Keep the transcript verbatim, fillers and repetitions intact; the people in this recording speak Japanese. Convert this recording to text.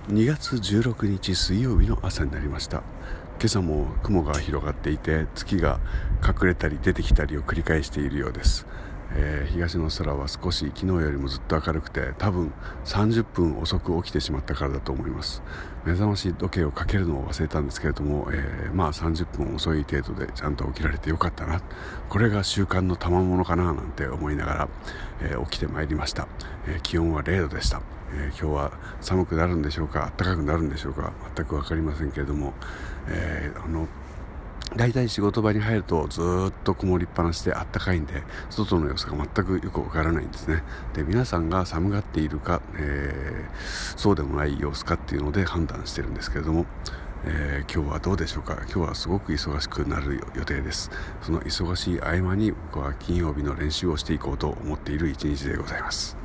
にがつじゅうろくにち水曜日の朝になりました。今朝も雲が広がっていて、月が隠れたり出てきたりを繰り返しているようです。えー、東の空は少し昨日よりもずっと明るくて、多分さんじゅっぷん遅く起きてしまったからだと思います。目覚まし時計をかけるのを忘れたんですけれども、えー、まあさんじゅっぷん遅い程度でちゃんと起きられてよかったな、これが習慣の賜物かななんて思いながら、えー、起きてまいりました。えー、気温はれいどでした。えー、今日は寒くなるんでしょうか、暖かくなるんでしょうか、全く分かりませんけれども、えー、あの大体仕事場に入るとずっと曇りっぱなしであったかいんで、外の様子が全くよくわからないんですね。で、皆さんが寒がっているか、えー、そうでもない様子かっていうので判断してるんですけれども、えー、今日はどうでしょうか。今日はすごく忙しくなる予定です。その忙しい合間に僕は金曜日の練習をしていこうと思っている一日でございます。